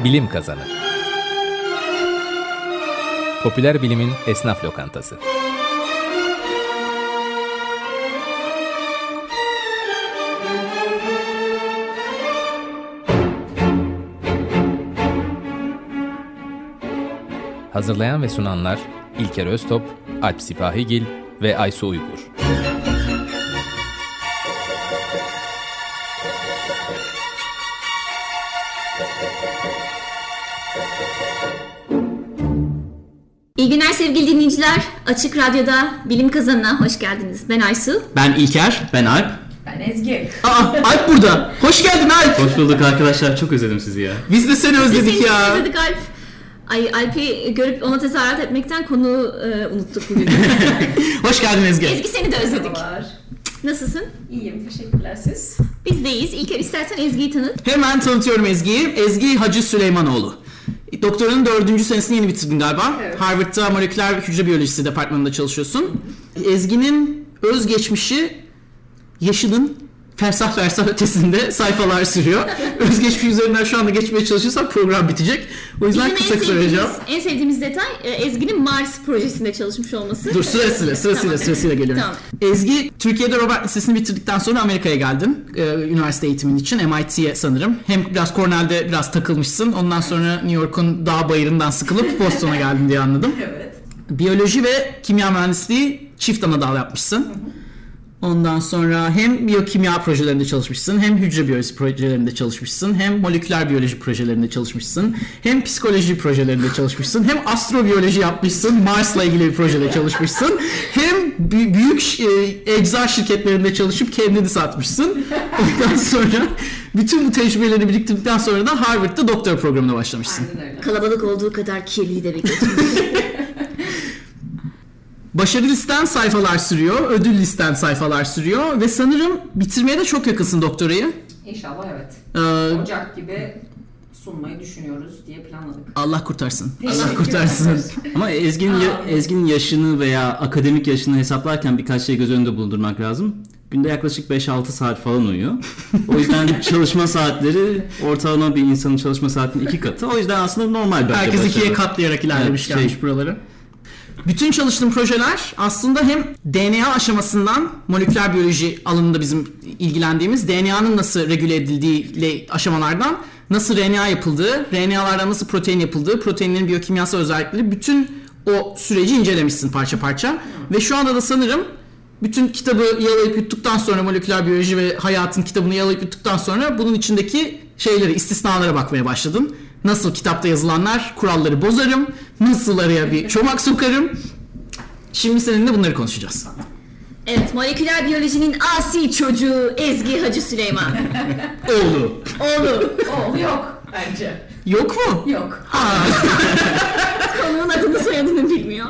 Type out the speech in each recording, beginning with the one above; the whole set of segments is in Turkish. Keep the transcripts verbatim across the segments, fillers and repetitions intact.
Bilim Kazanı. Popüler bilimin esnaf lokantası. Hazırlayan ve sunanlar İlker Öztop, Alp Sipahigil ve Aysu Uygur. İyi günler sevgili dinleyiciler. Açık Radyo'da Bilim Kazanı'na hoş geldiniz. Ben Aysu. Ben İlker. Ben Alp. Ben Ezgi. Aa, Alp burada. Hoş geldin Alp. Hoş bulduk arkadaşlar. Çok özledim sizi ya. Biz de seni özledik Biz ya. Biz özledik Alp. Ay Alp'i görüp ona tezahürat etmekten konuyu e, unuttuk bugün. Hoş geldin Ezgi. Ezgi seni de özledik. Merhabalar. Nasılsın? İyiyim. Teşekkürler siz. Biz de iyiyiz. İlker istersen Ezgi'yi tanıt. Hemen tanıtıyorum Ezgi'yi. Ezgi Hacı Süleymanoğlu. Doktorunun dördüncü senesini yeni bitirdin galiba. Evet. Harvard'da moleküler hücre biyolojisi departmanında çalışıyorsun. Ezgi'nin özgeçmişi yaşının fersah fersah ötesinde sayfalar sürüyor. Özgeçmiş üzerinden şu anda geçmeye çalışırsam program bitecek. O yüzden Bizim kısa en kısa sevdiğimiz, vereceğim. en sevdiğimiz detay e, Ezgi'nin Mars projesinde çalışmış olması. Dur sırasıyla sırasıyla Tamam. sırasıyla geliyorum. Tamam. Ezgi Türkiye'de Robert Lisesi'ni bitirdikten sonra Amerika'ya geldin. Ee, üniversite eğitimin için M I T'ye sanırım. Hem biraz Cornell'de biraz takılmışsın. Ondan sonra New York'un dağ bayırından sıkılıp Boston'a geldin diye anladım. Evet. Biyoloji ve kimya mühendisliği çift ana dal yapmışsın. Ondan sonra hem biyokimya projelerinde çalışmışsın, hem hücre biyolojisi projelerinde çalışmışsın, hem moleküler biyoloji projelerinde çalışmışsın, hem psikoloji projelerinde çalışmışsın, hem astrobiyoloji yapmışsın, Mars'la ilgili bir projede çalışmışsın, hem b- büyük e, ecza şirketlerinde çalışıp kendini satmışsın. Ondan sonra bütün bu tecrübeleri biriktirdikten sonra da Harvard'da doktora programına başlamışsın. Aynen öyle. Kalabalık olduğu kadar kirli de bir geçmiş. Başarı listen sayfalar sürüyor, ödül listen sayfalar sürüyor ve sanırım bitirmeye de çok yakınsın doktorayı. İnşallah evet. Ee, Ocak gibi sunmayı düşünüyoruz diye planladık. Allah kurtarsın. Allah Teşekkür kurtarsın. ederim. Ama Ezgi'nin, ya- Ezgi'nin yaşını veya akademik yaşını hesaplarken birkaç şey göz önünde bulundurmak lazım. Günde yaklaşık beş altı saat falan uyuyor. O yüzden çalışma saatleri ortalama bir insanın çalışma saatinin iki katı. O yüzden aslında normal bir Herkes başarı. ikiye katlayarak ilerlemiş Evet, gelmiş şey- buraları. Bütün çalıştığım projeler aslında hem D N A aşamasından moleküler biyoloji alanında bizim ilgilendiğimiz D N A'nın nasıl regüle edildiği aşamalardan nasıl R N A yapıldığı, R N A'lardan nasıl protein yapıldığı, proteinlerin biyokimyasal özellikleri bütün o süreci incelemişsin parça parça. Ve şu anda da sanırım bütün kitabı yalayıp yuttuktan sonra moleküler biyoloji ve hayatın kitabını yalayıp yuttuktan sonra bunun içindeki şeyleri, istisnalara bakmaya başladın. Nasıl kitapta yazılanlar, kuralları bozarım, nasıl araya bir çomak sokarım. Şimdi seninle bunları konuşacağız. Evet, moleküler biyolojinin asi çocuğu Ezgi Hacı Süleyman. Oğlu. Oğlu. Oh yok bence. Yok mu? Yok. Ha. Konuğun adını soyadını bilmiyor.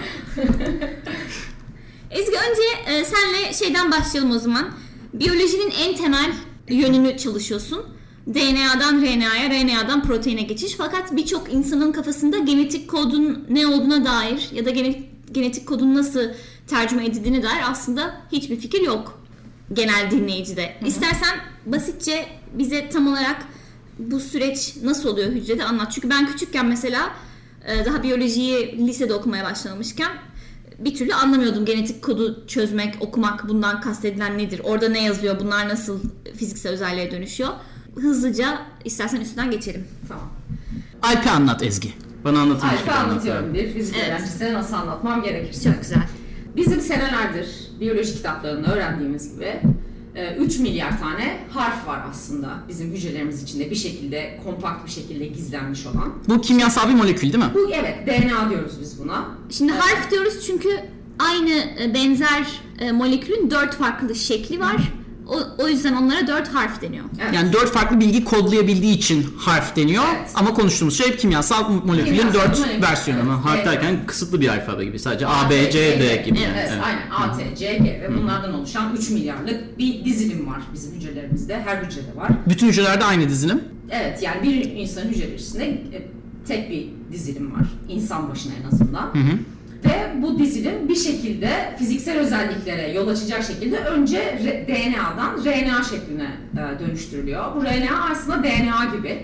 Ezgi önce e, senle şeyden başlayalım o zaman. Biyolojinin en temel yönünü çalışıyorsun. D N A'dan R N A'ya, R N A'dan proteine geçiş. Fakat birçok insanın kafasında genetik kodun ne olduğuna dair ya da genetik, genetik kodun nasıl tercüme edildiğine dair aslında hiçbir fikir yok genel dinleyicide. Hı hı. İstersen basitçe bize tam olarak bu süreç nasıl oluyor hücrede anlat. Çünkü ben küçükken mesela daha biyolojiyi lisede okumaya başlamışken bir türlü anlamıyordum genetik kodu çözmek, okumak, bundan kastedilen nedir? Orada ne yazıyor? Bunlar nasıl fiziksel özelliğe dönüşüyor? Hızlıca istersen üstünden geçelim. Tamam. Alp'e anlat Ezgi. Bana anlatın. Alp'e anlatıyorum bir fizik Evet. öğrencisine nasıl anlatmam gerekirse. Çok güzel. Bizim senelerdir biyoloji kitaplarında öğrendiğimiz gibi üç milyar tane harf var aslında bizim hücrelerimiz içinde bir şekilde kompakt bir şekilde gizlenmiş olan. Bu kimyasal bir molekül değil mi? Bu evet D N A diyoruz biz buna. Şimdi Evet. harf diyoruz çünkü aynı e, benzer e, molekülün dört farklı şekli var. O, o yüzden onlara dört harf deniyor. Evet. Yani dört farklı bilgi kodlayabildiği için harf deniyor. Evet. Ama konuştuğumuz şey hep kimyasal molekülün Kimyasal dört molekül. versiyonu. Ama harf Evet. derken kısıtlı bir alfabe gibi. Sadece A, B, C, D gibi. Evet, Yani. aynen. A, T, C, G ve bunlardan oluşan üç milyarlık bir dizilim var bizim hücrelerimizde. Her hücrede var. Bütün hücrelerde aynı dizilim. Evet, yani bir insanın hücresinde e, tek bir dizilim var. İnsan başına en azından. Hı hı. Ve bu dizilim bir şekilde fiziksel özelliklere yol açacak şekilde önce D N A'dan R N A şekline dönüştürülüyor. Bu R N A aslında D N A gibi.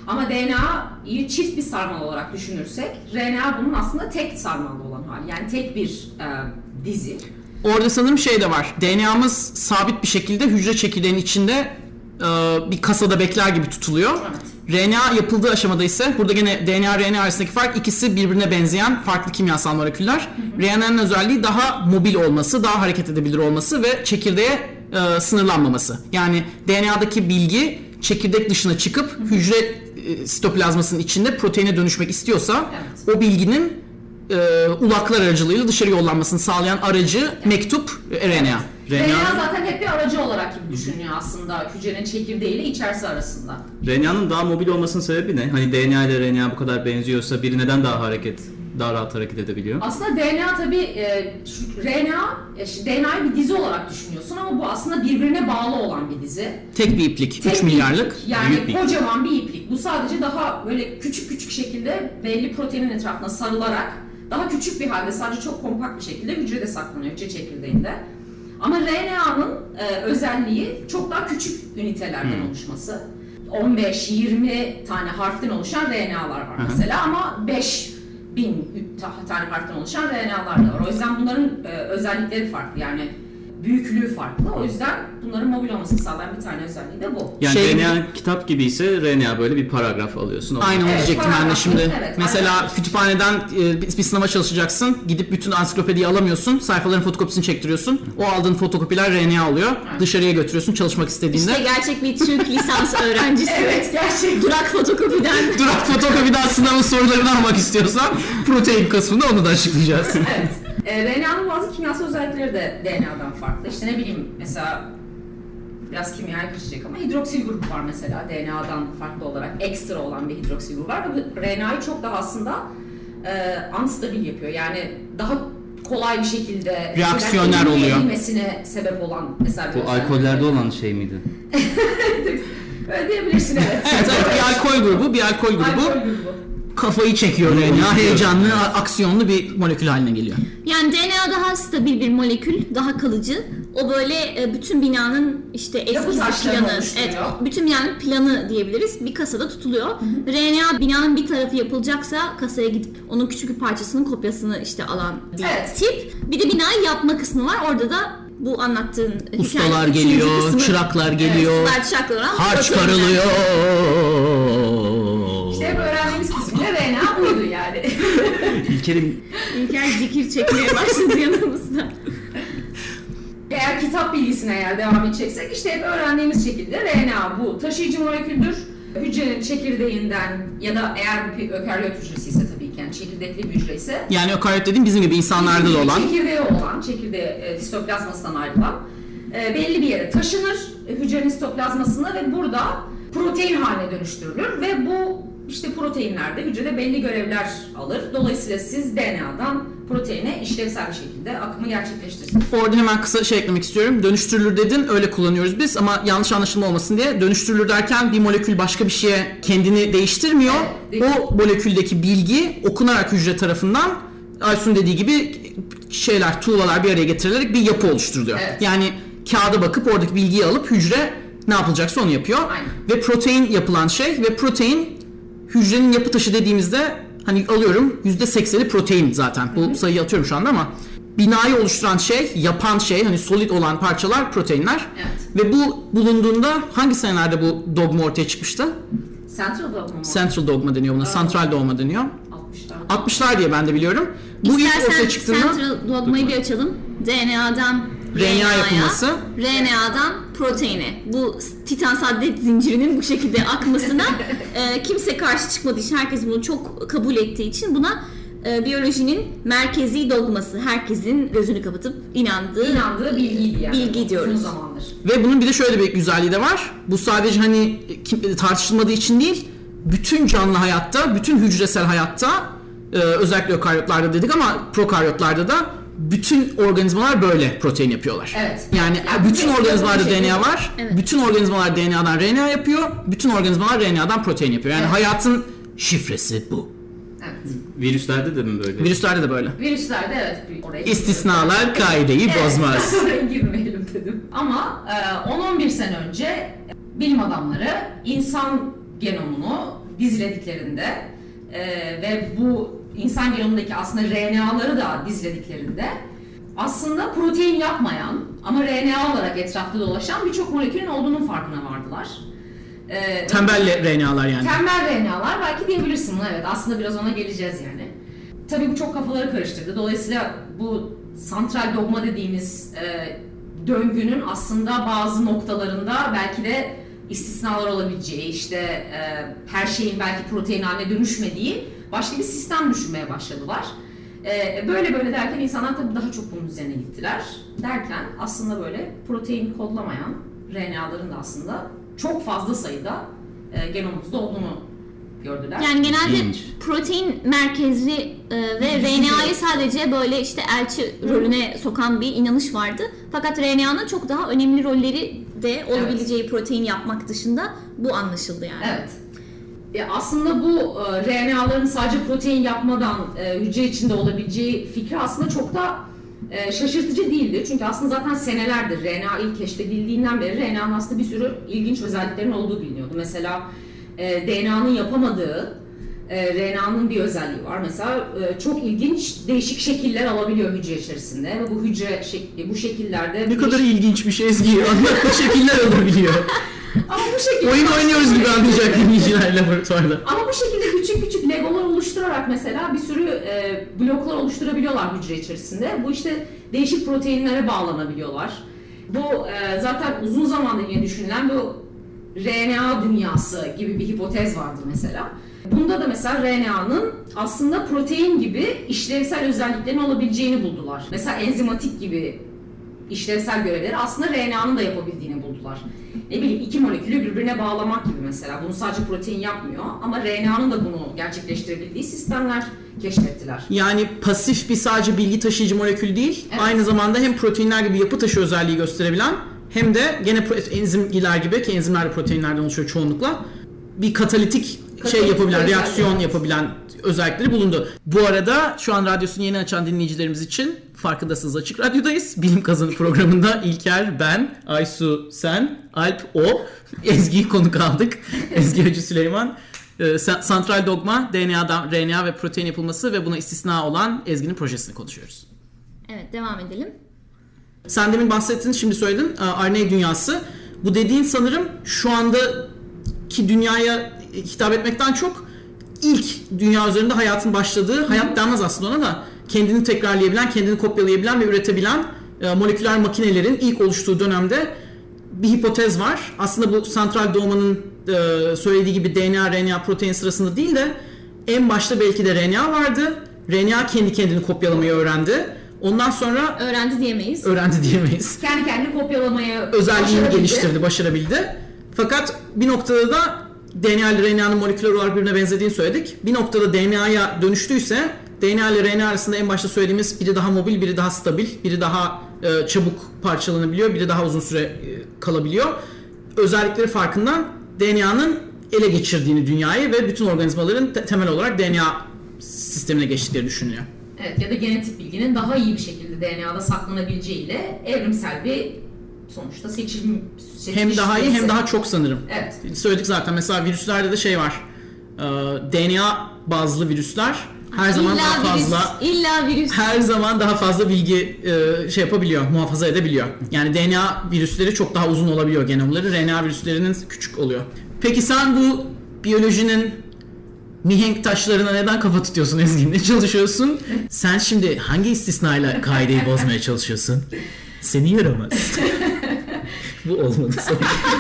Ama D N A'yı çift bir sarmal olarak düşünürsek R N A bunun aslında tek sarmallı olan hali. Yani tek bir e, dizi. Orada sanırım şey de var. D N A'mız sabit bir şekilde hücre çekirdeğinin içinde e, bir kasada bekler gibi tutuluyor. Evet. R N A yapıldığı aşamada ise burada gene D N A R N A arasındaki fark, ikisi birbirine benzeyen farklı kimyasal moleküller. R N A'nın özelliği daha mobil olması, daha hareket edebilir olması ve çekirdeğe e, sınırlanmaması. Yani D N A'daki bilgi çekirdek dışına çıkıp hücre e, sitoplazmasının içinde proteine dönüşmek istiyorsa Evet. o bilginin e, ulaklar aracılığıyla dışarı yollanmasını sağlayan aracı mektup e, R N A. R N A zaten hep bir aracı olarak gibi düşünüyor aslında hücrenin çekirdeği ile içerisi arasında. R N A'nın daha mobil olmasının sebebi ne? Hani D N A ile R N A bu kadar benziyorsa biri neden daha hareket, daha rahat hareket edebiliyor? Aslında D N A tabii e, şu R N A, e, D N A'yı bir dizi olarak düşünüyorsun ama bu aslında birbirine bağlı olan bir dizi. Tek bir iplik, Tek üç bir milyarlık. iplik. Yani büyük bir kocaman bir iplik. Bu sadece daha böyle küçük küçük şekilde belli proteinin etrafına sarılarak daha küçük bir halde sadece çok kompakt bir şekilde hücrede saklanıyor, hücre çekirdeğinde. Ama R N A'nın e, özelliği çok daha küçük ünitelerden hmm. oluşması. on beş yirmi tane harften oluşan R N A'lar var mesela ama beş bin tane harften oluşan R N A'lar da var. O yüzden bunların e, özellikleri farklı. Yani büyüklüğü farklı. O yüzden bunların mobil olmasını sağlayan bir tane özelliği de bu. Yani Şey- R N A kitap gibi ise R N A böyle bir paragraf alıyorsun. Aynen onu Evet, diyecektim ben de paragraf, şimdi. evet, Mesela aynen. kütüphaneden e, bir bir sınava çalışacaksın. Gidip bütün ansiklopediyi alamıyorsun. Sayfaların fotokopisini çektiriyorsun. O aldığın fotokopiler R N A oluyor. Evet. Dışarıya götürüyorsun çalışmak istediğinde. İşte gerçek bir Türk lisans öğrencisi. Evet, gerçekten. Durak fotokopiden. Durak fotokopiden sınavın sorularını almak istiyorsan protein kısmında onu da açıklayacağız. Evet. E, R N A'nın bazı kimyasal özellikleri de D N A'dan farklı. İşte ne bileyim mesela biraz kimyaya kaçacak ama hidroksil grubu var mesela D N A'dan farklı olarak ekstra olan bir hidroksil grubu var. Bu R N A'yı çok daha aslında e, unstabil yapıyor. Yani daha kolay bir şekilde Reaksiyonlar oluyor. Bilmesine sebep olan mesela bir Bu özellik. alkollerde olan şey miydi? Öyle diyebilirsin evet. Evet, evet, bir alkol grubu, bir alkol grubu. Alkol grubu. Kafayı çekiyor R N A, heyecanlı, aksiyonlu bir molekül haline geliyor. Yani D N A daha stabil bir molekül, daha kalıcı. O böyle e, bütün binanın işte Yapı eskisi taşlarını planı, oluşturuyor. evet, bütün binanın planı diyebiliriz. Bir kasada tutuluyor. R N A binanın bir tarafı yapılacaksa kasaya gidip onun küçük bir parçasının kopyasını işte alan bir Evet. tip. Bir de binayı yapma kısmı var. Orada da bu anlattığın Ustalar hikayenin üçüncü geliyor, kısmı. çıraklar geliyor, Evet, ustalar, çıraklar olan harç proteinler. karılıyor. İşte hep öğrendiğimiz kısmıyla R N A buydu yani. İlker'in İlker zikir çekmeye başladı yanımızda. Eğer kitap bilgisine eğer devam edeceksek işte hep öğrendiğimiz şekilde R N A bu taşıyıcı moleküldür. Hücrenin çekirdeğinden ya da eğer bu bir ökaryot hücresi ise tabii ki yani çekirdekli bir hücre ise Yani ökaryot dediğim bizim gibi insanlarda da olan. çekirdeği olan, çekirdeği e, histoplazmasından ayrılan e, belli bir yere taşınır e, hücrenin histoplazmasına ve burada protein haline dönüştürülür ve bu işte proteinler de hücrede belli görevler alır. Dolayısıyla siz D N A'dan proteine işlevsel bir şekilde akımı gerçekleştirirsiniz. Orada hemen kısa şey eklemek istiyorum. Dönüştürülür dedin, öyle kullanıyoruz biz ama yanlış anlaşılma olmasın diye. Dönüştürülür derken bir molekül başka bir şeye kendini değiştirmiyor. Evet, O moleküldeki bilgi okunarak hücre tarafından Aysun dediği gibi şeyler, tuğlalar bir araya getirilerek bir yapı oluşturuluyor. Evet. Yani kağıda bakıp oradaki bilgiyi alıp hücre ne yapılacaksa onu yapıyor. Aynen. Ve protein yapılan şey ve protein hücrenin yapı taşı dediğimizde hani alıyorum yüzde sekseni protein zaten. Bu Hı-hı. sayıyı atıyorum şu anda ama binayı oluşturan şey, yapan şey, hani solid olan parçalar proteinler. Evet. Ve bu bulunduğunda hangi senelerde bu dogma ortaya çıkmıştı? Central dogma mı? Central dogma deniyor buna, Evet. santral dogma deniyor. altmışlar. altmışlar diye ben de biliyorum. Bu ilk İstersen ortaya çıktığında Central dogmayı bir açalım. D N A'dan R N A yapılması. R N A'dan proteine. Bu titan saddet zincirinin bu şekilde akmasına e, kimse karşı çıkmadığı için, herkes bunu çok kabul ettiği için buna e, biyolojinin merkezi dogması, herkesin gözünü kapatıp inandığı, İnandığı bilgiydi yani. bilgi diyoruz. Uzun zamandır. ve bunun bir de şöyle bir güzelliği de var. Bu sadece hani kim- tartışılmadığı için değil, bütün canlı hayatta, bütün hücresel hayatta, e, özellikle ökaryotlarda dedik ama prokaryotlarda da bütün organizmalar böyle protein yapıyorlar. Evet. Yani, Yani bütün bu organizmalarda şey- D N A var. Evet. Bütün organizmalar D N A'dan R N A yapıyor. Bütün organizmalar R N A'dan protein yapıyor. Yani Evet. hayatın şifresi bu. Evet. virüslerde de mi böyle? Virüslerde de böyle. Virüslerde evet. bir- Oraya İstisnalar kaideyi Evet, bozmaz. oraya girmeyelim dedim. Ama e, on on bir sene önce bilim adamları insan genomunu dizilediklerinde e, ve bu insan genomundaki aslında R N A'ları da dizilediklerinde aslında protein yapmayan ama R N A olarak etrafta dolaşan birçok molekülün olduğunun farkına vardılar. Ee, Tembel R N A'lar yani. Tembel R N A'lar belki diyebilirsin buna, evet. Aslında biraz ona geleceğiz yani. Tabii bu çok kafaları karıştırdı. Dolayısıyla bu santral dogma dediğimiz e, döngünün aslında bazı noktalarında belki de istisnalar olabileceği, işte e, her şeyin belki protein haline dönüşmediği başka bir sistem düşünmeye başladılar. E, böyle böyle derken insanlar tabii daha çok bunun üzerine gittiler. Derken aslında böyle protein kodlamayan R N A'ların da aslında çok fazla sayıda e, genomumuzda olduğunu gördüler. Yani genelde İlginç. protein merkezli e, ve R N A'yı sadece böyle işte elçi rolüne sokan bir inanış vardı. Fakat R N A'nın çok daha önemli rolleri de olabileceği, evet, protein yapmak dışında bu anlaşıldı yani. Evet. E, aslında bu e, R N A'ların sadece protein yapmadan e, hücre içinde olabileceği fikri aslında çok da e, şaşırtıcı değildi. Çünkü aslında zaten senelerdir R N A ilk keşfedildiğinden beri R N A'nın aslında bir sürü ilginç özelliklerinin olduğu biliniyordu. Mesela e, D N A'nın yapamadığı e, R N A'nın bir özelliği var. Mesela e, çok ilginç değişik şekiller alabiliyor hücre içerisinde ve bu hücre şekli, bu şekillerde ne kadar ilginç bir şey Ezgi. Anlatma şekiller alabiliyor. Ama bu şekilde oyun oynuyoruz gibi anlayacak dinleyiciler laboratuvarda. Ama bu şekilde küçük küçük legolar oluşturarak mesela bir sürü e, bloklar oluşturabiliyorlar hücre içerisinde. Bu işte değişik proteinlere bağlanabiliyorlar. Bu e, zaten uzun zamandır yine düşünülen bu R N A dünyası gibi bir hipotez vardır mesela. Bunda da mesela R N A'nın aslında protein gibi işlevsel özelliklerin olabileceğini buldular. Mesela enzimatik gibi işlevsel görevleri aslında R N A'nın da yapabildiğini buldular. Ne bileyim, iki molekülü birbirine bağlamak gibi mesela. Bunu sadece protein yapmıyor ama R N A'nın da bunu gerçekleştirebildiği sistemler keşfettiler. Yani pasif bir sadece bilgi taşıyıcı molekül değil, evet, aynı zamanda hem proteinler gibi yapı taşı özelliği gösterebilen hem de gene enzimler gibi, ki enzimler de proteinlerden oluşuyor çoğunlukla, bir katalitik, katalitik şey yapabilen, reaksiyon özellik. yapabilen özellikleri bulundu. Bu arada şu an radyosunu yeni açan dinleyicilerimiz için farkındasınız, Açık Radyo'dayız. Bilim Kazanı programında İlker, ben, Aysu, sen, Alp, o, Ezgi'yi konuk aldık. Ezgi Hacı Süleyman. Ee, Santral dogma, D N A'dan R N A ve protein yapılması ve buna istisna olan Ezgi'nin projesini konuşuyoruz. Evet, devam edelim. Sen demin bahsettin, şimdi söyledin, R N A dünyası. Bu dediğin sanırım şu andaki dünyaya hitap etmekten çok ilk dünya üzerinde hayatın başladığı, hayat denmez aslında ona da, kendini tekrarlayabilen, kendini kopyalayabilen ve üretebilen e, moleküler makinelerin ilk oluştuğu dönemde bir hipotez var. Aslında bu santral dogmanın e, söylediği gibi D N A, R N A, protein sırasında değil de en başta belki de R N A vardı. R N A kendi kendini kopyalamayı öğrendi. Ondan sonra öğrendi diyemeyiz. Öğrendi diyemeyiz. Kendi kendini kopyalamayı özelliğini geliştirdi, başarabildi. Fakat bir noktada da D N A ile R N A'nın moleküler olarak birbirine benzediğini söyledik. Bir noktada D N A'ya dönüştüyse D N A ile R N A arasında en başta söylediğimiz biri daha mobil, biri daha stabil, biri daha e, çabuk parçalanabiliyor, biri daha uzun süre e, kalabiliyor. Özellikleri farkından D N A'nın ele geçirdiğini dünyayı ve bütün organizmaların te- temel olarak D N A sistemine geçtikleri düşünülüyor. Evet, ya da genetik bilginin daha iyi bir şekilde D N A'da saklanabileceğiyle evrimsel bir sonuçta seçim, seçim hem daha iyi hem daha çok sanırım. Evet. Söyledik zaten, mesela virüslerde de şey var. E, D N A bazlı virüsler her zaman illa daha fazla virüs, illa virüs. her zaman daha fazla bilgi e, şey yapabiliyor, muhafaza edebiliyor. Yani D N A virüsleri çok daha uzun olabiliyor genomları, R N A virüslerinin küçük oluyor. Peki sen bu biyolojinin mihenk taşlarına neden kafa tutuyorsun Ezgi? Ne çalışıyorsun? Sen şimdi hangi istisnayla kaideyi bozmaya çalışıyorsun? Seni yaramaz. Bu olmadı sonra.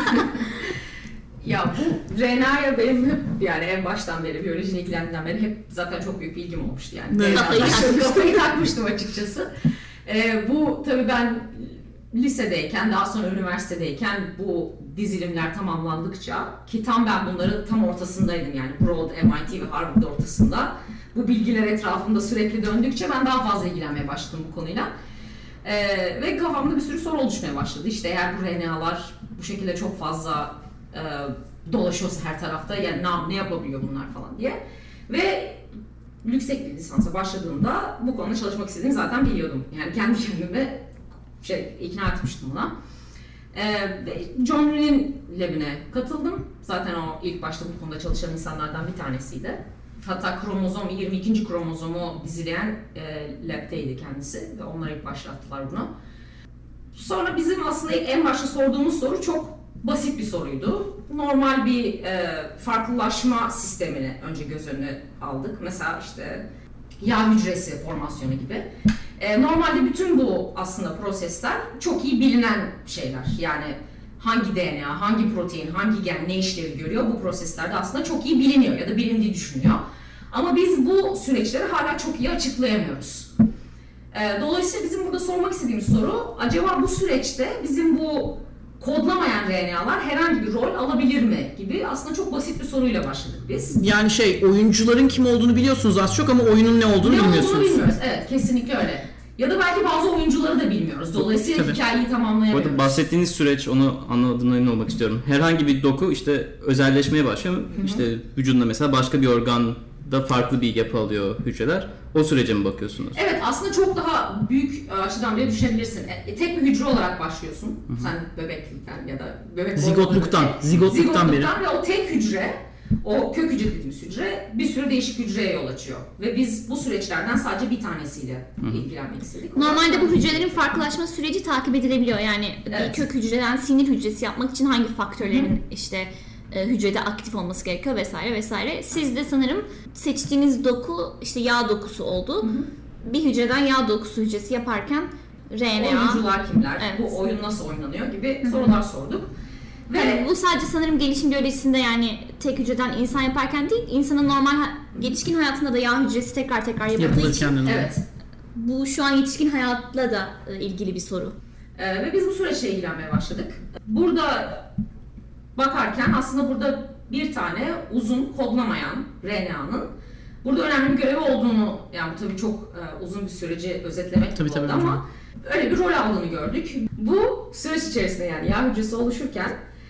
Ya bu R N A'ya benim hep, yani en baştan beri biyolojiyle ilgilendiğimden beri hep zaten çok büyük bilgim olmuştu yani. Evet. Kafayı, takmıştım. Kafayı takmıştım açıkçası. Ee, bu tabii ben lisedeyken, daha sonra üniversitedeyken bu dizilimler tamamlandıkça, ki tam ben bunları tam ortasındaydım yani Broad, M I T ve Harvard ortasında. Bu bilgiler etrafında sürekli döndükçe ben daha fazla ilgilenmeye başladım bu konuyla. Ee, ve kafamda bir sürü soru oluşmaya başladı. İşte eğer bu R N A'lar bu şekilde çok fazla e, dolaşıyorsa her tarafta, yani ne, ne yapabiliyor bunlar falan diye. Ve yüksek lisansa başladığımda bu konuda çalışmak istediğimi zaten biliyordum. Yani kendi kendime şey ikna etmiştim buna. Ee, ve John Rie'nin labine katıldım. Zaten o ilk başta bu konuda çalışan insanlardan bir tanesiydi. Hatta kromozom, yirmi ikinci kromozomu dizileyen e, lab'teydi kendisi ve onlar ilk başlattılar bunu. Sonra bizim aslında en başta sorduğumuz soru çok basit bir soruydu. Normal bir e, farklılaşma sistemini önce göz önüne aldık. Mesela işte yağ hücresi formasyonu gibi. E, normalde bütün bu aslında prosesler çok iyi bilinen şeyler. Yani hangi D N A, hangi protein, hangi gen ne işlevi görüyor bu proseslerde aslında çok iyi biliniyor ya da bilindiği düşünülüyor. Ama biz bu süreçleri hala çok iyi açıklayamıyoruz. E, dolayısıyla bizim burada sormak istediğimiz soru, acaba bu süreçte bizim bu kodlamayan R N A'lar herhangi bir rol alabilir mi gibi aslında çok basit bir soruyla başladık biz. Yani şey, oyuncuların kim olduğunu biliyorsunuz az çok ama oyunun ne olduğunu ne bilmiyorsunuz. Ne olduğunu bilmiyoruz, evet, kesinlikle öyle. Ya da belki bazı oyuncuları da bilmiyoruz. Dolayısıyla Tabii. hikayeyi Bu tamamlayamıyoruz. arada bahsettiğiniz süreç, onu anladığına emin olmak istiyorum. Herhangi bir doku işte özelleşmeye başlıyor. Hı-hı. İşte vücudunda mesela başka bir organda farklı bir yapı alıyor hücreler. O sürece mi bakıyorsunuz? Evet, aslında çok daha büyük açıdan bile düşünebilirsin. E, tek bir hücre olarak başlıyorsun. Hı-hı. Sen bebeklikten ya da bebek zigotluktan, zigotluktan beri. Ve o tek hücre, o kök hücre dediğimiz hücre bir sürü değişik hücreye yol açıyor. Ve biz bu süreçlerden sadece bir tanesiyle Hı-hı. ilgilenmek istedik. Normalde bu hücrelerin farklılaşma süreci takip edilebiliyor. Yani evet. bir kök hücreden sinir hücresi yapmak için hangi faktörlerin Hı-hı. işte hücrede aktif olması gerekiyor vesaire vesaire. Siz de sanırım seçtiğiniz doku işte yağ dokusu oldu. Hı hı. Bir hücreden yağ dokusu hücresi yaparken R N A... Oyuncular kimler? Evet. Bu oyun nasıl oynanıyor gibi hı hı. sorular sorduk. Ve yani bu sadece sanırım gelişim biyolojisinde, yani tek hücreden insan yaparken değil, insanın normal yetişkin hayatında da yağ hücresi tekrar tekrar yapıldığı için. Evet. Bu şu an yetişkin hayatla da ilgili bir soru. Ee, ve biz bu süreçle ilgilenmeye başladık. Burada bakarken aslında burada bir tane uzun kodlamayan R N A'nın burada önemli bir görevi olduğunu, yani bu tabii çok e, uzun bir süreci özetlemek tabii, oldu tabii, ama hocam. öyle bir rol aldığını gördük. Bu süreç içerisinde, yani yağ hücresi oluşurken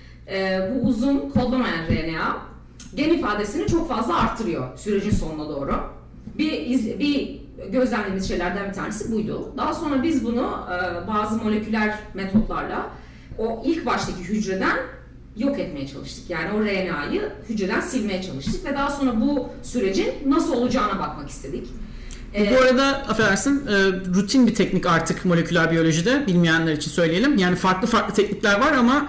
e, bu uzun kodlamayan R N A gen ifadesini çok fazla arttırıyor sürecin sonuna doğru. Bir, iz, bir gözlemlediğimiz şeylerden bir tanesi buydu. Daha sonra biz bunu e, bazı moleküler metotlarla o ilk baştaki hücreden yok etmeye çalıştık. Yani o R N A'yı hücreden silmeye çalıştık ve daha sonra bu sürecin nasıl olacağına bakmak istedik. Ee, bu arada affedersin, e, rutin bir teknik artık moleküler biyolojide, bilmeyenler için söyleyelim. Yani farklı farklı teknikler var ama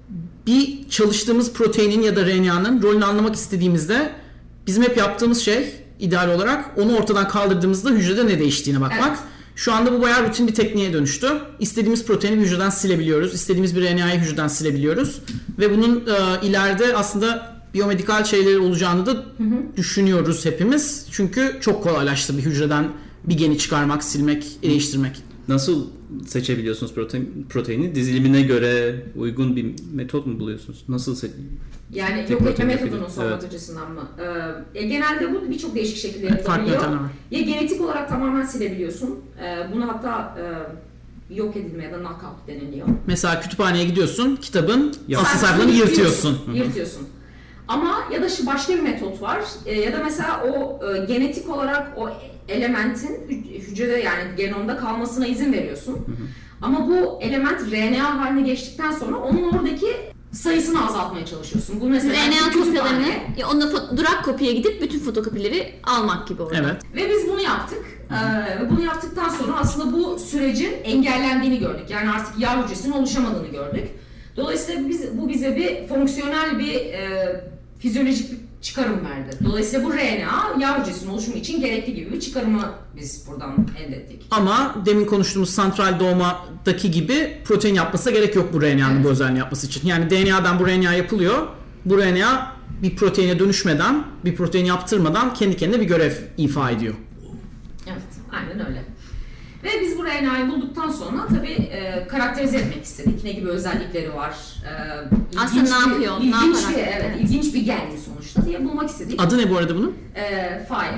bir çalıştığımız proteinin ya da R N A'nın rolünü anlamak istediğimizde bizim hep yaptığımız şey ideal olarak onu ortadan kaldırdığımızda hücrede ne değiştiğine bakmak. Evet. Şu anda bu bayağı rutin bir tekniğe dönüştü. İstediğimiz proteini hücreden silebiliyoruz. İstediğimiz bir R N A'yı hücreden silebiliyoruz. Ve bunun e, ileride aslında biyomedikal şeyleri olacağını da hı hı. düşünüyoruz hepimiz. Çünkü çok kolaylaştı bir hücreden bir geni çıkarmak, silmek, değiştirmek. Nasıl seçebiliyorsunuz protein, proteini? Dizilimine göre uygun bir metot mu buluyorsunuz? Nasıl se- Yani yok etme metodunun sormak evet. açısından mı? Ee, genelde bu birçok değişik şekilde yapılabiliyor. Ya genetik olarak tamamen silebiliyorsun. Ee, bunu hatta e, yok edilme ya da knockout deniliyor. Mesela kütüphaneye gidiyorsun, kitabın asıl sayfalarını yırtıyorsun. Yırtıyorsun. Ama ya da şu başka bir metot var. E, ya da mesela o e, genetik olarak o elementin hücrede, yani genomda kalmasına izin veriyorsun. Hı hı. Ama bu element R N A haline geçtikten sonra onun oradaki sayısını azaltmaya çalışıyorsun. Bu mesela R N A kopyalarını, ya onunla fo- durak kopya gidip bütün fotokopileri almak gibi orada. Evet. Ve biz bunu yaptık. Ee, ve bunu yaptıktan sonra aslında bu sürecin engellendiğini gördük. Yani artık yağ hücresinin oluşamadığını gördük. Dolayısıyla biz, bu bize bir fonksiyonel bir e, fizyolojik bir çıkarım verdi. Dolayısıyla bu R N A yağ hücresinin oluşumu için gerekli gibi bir çıkarımı biz buradan elde ettik. Ama demin konuştuğumuz santral doğmadaki gibi protein yapmasına gerek yok bu R N A'nın evet. bu özelliğini yapması için. Yani D N A'dan bu R N A yapılıyor. Bu R N A bir proteine dönüşmeden, bir protein yaptırmadan kendi kendine bir görev ifa ediyor. Evet, aynen öyle. Ve biz bu R N A'yı bulduktan sonra tabii e, karakterize etmek istedik. Ne gibi özellikleri var? E, Aslında ne yapıyor? Bir, ilginç ne bir, evet, evet. ilginç bir gen sonuçta diye bulmak istedik. Adı ne bu arada bunun? E, fire.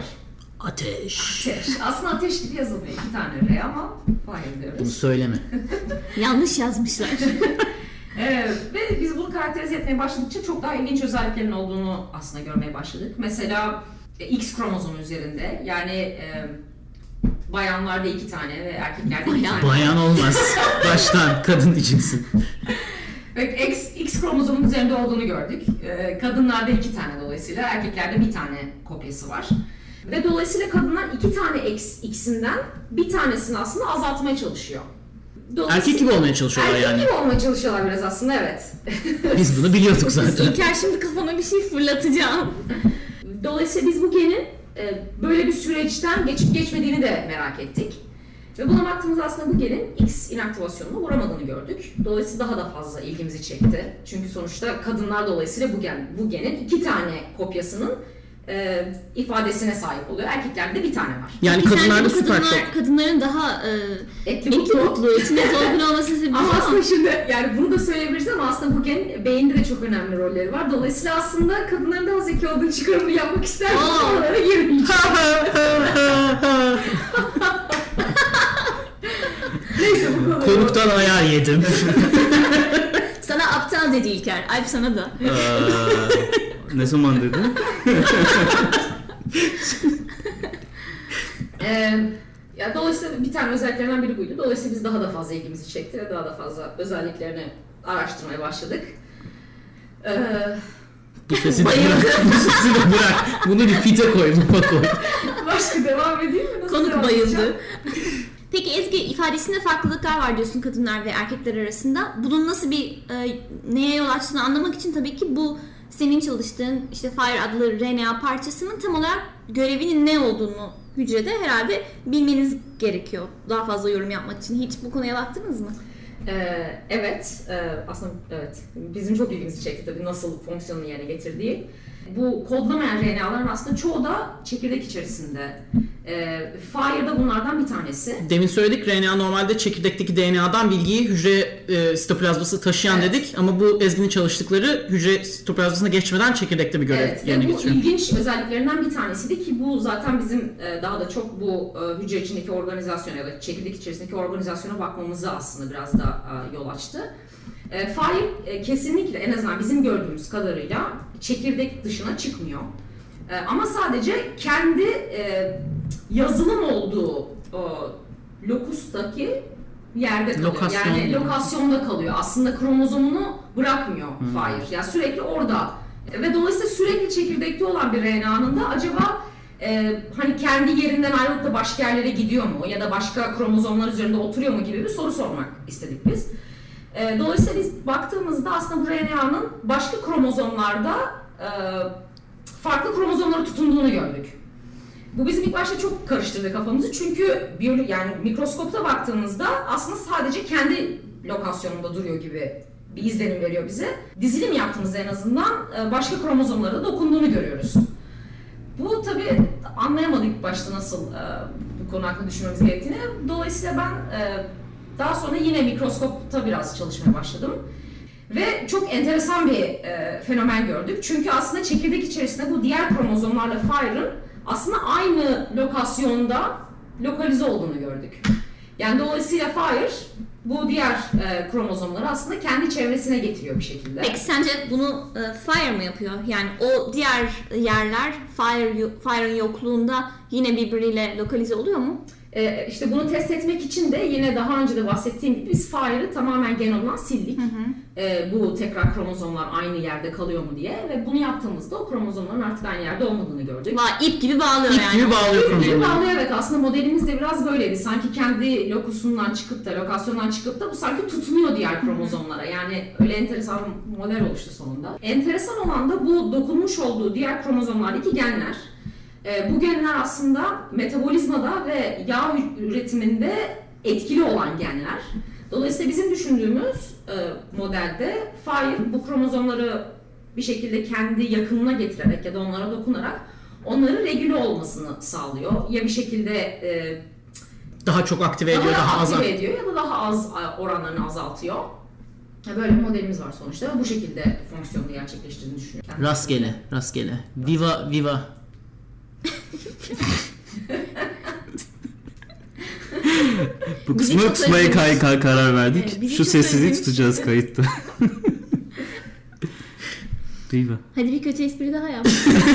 Ateş. Ateş. Aslında ateş gibi yazılmıyor. İki tane R ama fire diyoruz. Bunu söyleme. Yanlış yazmışlar. e, ve biz bunu karakterize etmeye başladıkça çok daha ilginç özelliklerin olduğunu aslında görmeye başladık. Mesela e, X kromozomu üzerinde, yani e, bayanlarda iki tane ve erkeklerde iki tane. Bayan olmaz. Baştan kadın diyeceksin. Evet, X, X kromozomun üzerinde olduğunu gördük. Ee, kadınlarda iki tane dolayısıyla, erkeklerde bir tane kopyası var. Ve dolayısıyla kadınlar iki tane X, X'inden bir tanesini aslında azaltmaya çalışıyor. Erkek gibi olmaya çalışıyorlar erkek yani. Erkek gibi olmaya çalışıyorlar biraz aslında, evet. Biz bunu biliyorduk zaten. İlker şimdi kafama bir şey fırlatacağım. Dolayısıyla biz bu genin e, böyle bir süreçten geçip geçmediğini de merak ettik. Ve buna baktığımızda aslında bu genin X inaktivasyonuna uğramadığını gördük. Dolayısıyla daha da fazla ilgimizi çekti. Çünkü sonuçta kadınlar dolayısıyla bu, gen, bu genin iki tane kopyasının e, ifadesine sahip oluyor. Erkeklerde bir tane var. Yani Peki kadınlarda sence bu süper kadınlar, çok. kadınların daha e, Etli etli mutlu. mutlu, içine dolgun olması sebebi Ama ama aslında şimdi yani bunu da söyleyebiliriz ama aslında bu gen beyinde de çok önemli rolleri var. Dolayısıyla aslında kadınların daha zeki olduğu çıkarımını yapmak isterseniz Aa. oralara girmeyeceğim. Neyse bu konu. Konuktan ayar yedim. sana aptal dedi İlker. Alp sana da. Ee, ne zaman dedi? Ee, ya dolayısıyla bir tane özelliklerinden biri buydu. Dolayısıyla biz daha da fazla ilgimizi çekti ve daha da fazla özelliklerini araştırmaya başladık. Ee, Bu sesi de bırak. Bu sesi de bırak. Bunu bir pite koy, lupa koy. başka devam edeyim mi? Nasıl Konuk devam bayıldı. edeceğim? Peki Ezgi, ifadesinde farklılıklar var diyorsun kadınlar ve erkekler arasında. Bunun nasıl bir e, neye yol açtığını anlamak için tabii ki bu senin çalıştığın işte FIRE adlı R N A parçasının tam olarak görevinin ne olduğunu hücrede herhalde bilmeniz gerekiyor. Daha fazla yorum yapmak için. Hiç bu konuya baktınız mı? Ee, evet, e, aslında evet. Bizim çok ilgimizi çekti tabii nasıl fonksiyonunu yerine getirdiği. Bu kodlamayan R N A'ların aslında çoğu da çekirdek içerisinde. E, FIRE'da bunlardan bir tanesi. Demin söyledik, R N A normalde çekirdekteki D N A'dan bilgiyi hücre e, sitoplazması taşıyan Evet. dedik. Ama bu Ezgi'nin çalıştıkları hücre sitoplazmasına geçmeden çekirdekte bir görev Evet, yerine ve bu getiriyor. ilginç özelliklerinden bir tanesiydi ki bu zaten bizim e, daha da çok bu e, hücre içindeki organizasyona ya da çekirdek içerisindeki organizasyona bakmamızı aslında biraz da e, yol açtı. E, FIRE e, kesinlikle en azından bizim gördüğümüz kadarıyla çekirdek dışına çıkmıyor. E, ama sadece kendi e, yazılım olduğu o, lokustaki yerde kalıyor. Lokasyon. Yani lokasyonda kalıyor. Aslında kromozomunu bırakmıyor Hmm. FIRE. Yani sürekli orada. E, ve dolayısıyla sürekli çekirdekte olan bir R N A'nın da acaba e, hani kendi yerinden ayrılıp da başka yerlere gidiyor mu ya da başka kromozomlar üzerinde oturuyor mu gibi bir soru sormak istedik biz. E, dolayısıyla biz baktığımızda aslında bu R N A'nın başka kromozomlarda e, farklı kromozomlara tutunduğunu gördük. Bu bizim ilk başta çok karıştırdı kafamızı çünkü biyolo- yani mikroskopta baktığımızda aslında sadece kendi lokasyonunda duruyor gibi bir izlenim veriyor bize. Dizilim yaptığımızda en azından e, başka kromozomlara da dokunduğunu görüyoruz. Bu tabii anlayamadık ilk başta nasıl e, bu konu hakkında düşünmemiz gerektiğini. Dolayısıyla ben e, daha sonra yine mikroskopta biraz çalışmaya başladım. Ve çok enteresan bir e, fenomen gördük. Çünkü aslında çekirdek içerisinde bu diğer kromozomlarla FIRE'ın aslında aynı lokasyonda lokalize olduğunu gördük. Yani dolayısıyla FIRE bu diğer e, kromozomları aslında kendi çevresine getiriyor bir şekilde. Peki sence bunu e, FIRE mı yapıyor? Yani o diğer yerler FIRE, FIRE'ın yokluğunda yine birbiriyle lokalize oluyor mu? Ee, işte bunu test etmek için de yine daha önce de bahsettiğim gibi biz FIRE'ı tamamen genomdan sildik. Hı hı. Ee, bu tekrar kromozomlar aynı yerde kalıyor mu diye ve bunu yaptığımızda o kromozomların artık aynı yerde olmadığını gördük. Vay, ip gibi bağlıyor İp yani. gibi bağlıyor Bir kromozomları. bağlı evet aslında modelimiz de biraz böyleydi. Sanki kendi lokusundan çıkıp da lokasyondan çıkıp da bu sanki tutunuyor diğer kromozomlara. Yani öyle enteresan bir model oluştu sonunda. Enteresan olan da bu dokunmuş olduğu diğer kromozomlardaki genler. Bu genler aslında metabolizmada ve yağ üretiminde etkili olan genler. Dolayısıyla bizim düşündüğümüz modelde FIRE bu kromozomları bir şekilde kendi yakınına getirerek ya da onlara dokunarak onların regüle olmasını sağlıyor. Ya bir şekilde Daha çok aktive ediyor, daha, daha az. aktive ediyor ya da daha az oranlarını azaltıyor. Böyle bir modelimiz var sonuçta ve bu şekilde fonksiyonu gerçekleştirdiğini düşünüyorum. Rastgele, rastgele. Viva, viva. Bu Bizi kısmı çok tutmaya özlemiş. kay kay karar verdik. Evet, bizi Şu çok sessizliği özlemiş. tutacağız kayıtta. Değil mi? Hadi bir kötü espri daha yap.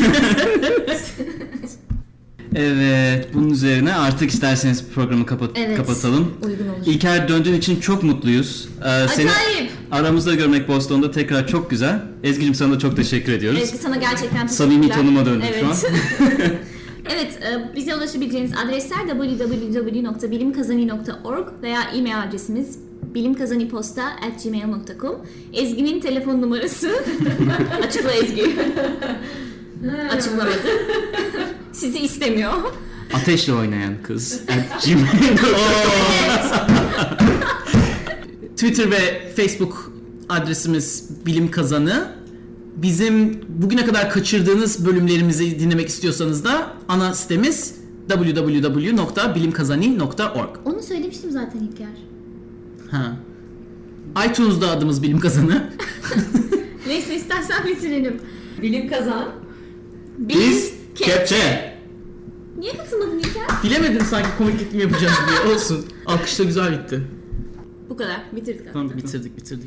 Evet, bunun üzerine artık isterseniz programı kapat Evet. kapatalım. Uygun olur. İlker döndüğün için çok mutluyuz. Ee, seni Acayip. Aramızda görmek Boston'da tekrar çok güzel. Ezgi'cim sana da çok teşekkür ediyoruz. Ezgi sana gerçekten teşekkürler. Samimi tanıma döndük evet. şu an. Evet, bize ulaşabileceğiniz adresler double-u double-u double-u nokta bilim kazani nokta org veya e-mail adresimiz bilimkazaniposta at gmail nokta com. Ezgi'nin telefon numarası açıkla Ezgi. Açıklamadı. Sizi istemiyor. Ateşle oynayan kız at gmail nokta com. Twitter ve Facebook adresimiz Bilim Kazanı. Bizim bugüne kadar kaçırdığınız bölümlerimizi dinlemek istiyorsanız da ana sitemiz double-u double-u double-u nokta bilimkazani nokta org. Onu söylemiştim zaten İlker. Ha. iTunes'da adımız Bilim Kazanı. Neyse istersen bitirelim. Bilim kazan. Biz kepçe. Niye katılmadın İlker? Bilemedim sanki komiklik mi yapacağız diye. Olsun. Alkışla güzel bitti. Bu kadar. Bitirdik artık. Tamam bitirdik bitirdik.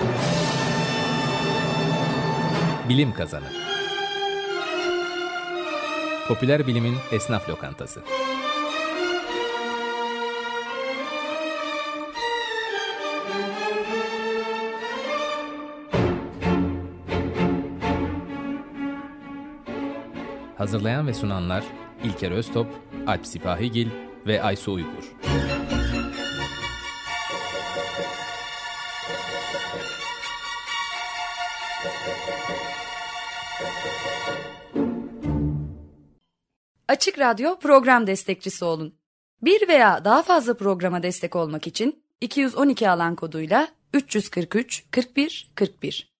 Bilim Kazanı. Popüler bilimin esnaf lokantası. Hazırlayan ve sunanlar İlker Öztop, Alp Sipahigil ve Aysu Uygur. Açık Radyo program destekçisi olun. Bir veya daha fazla programa destek olmak için iki yüz on iki alan koduyla üç yüz kırk üç kırk bir kırk bir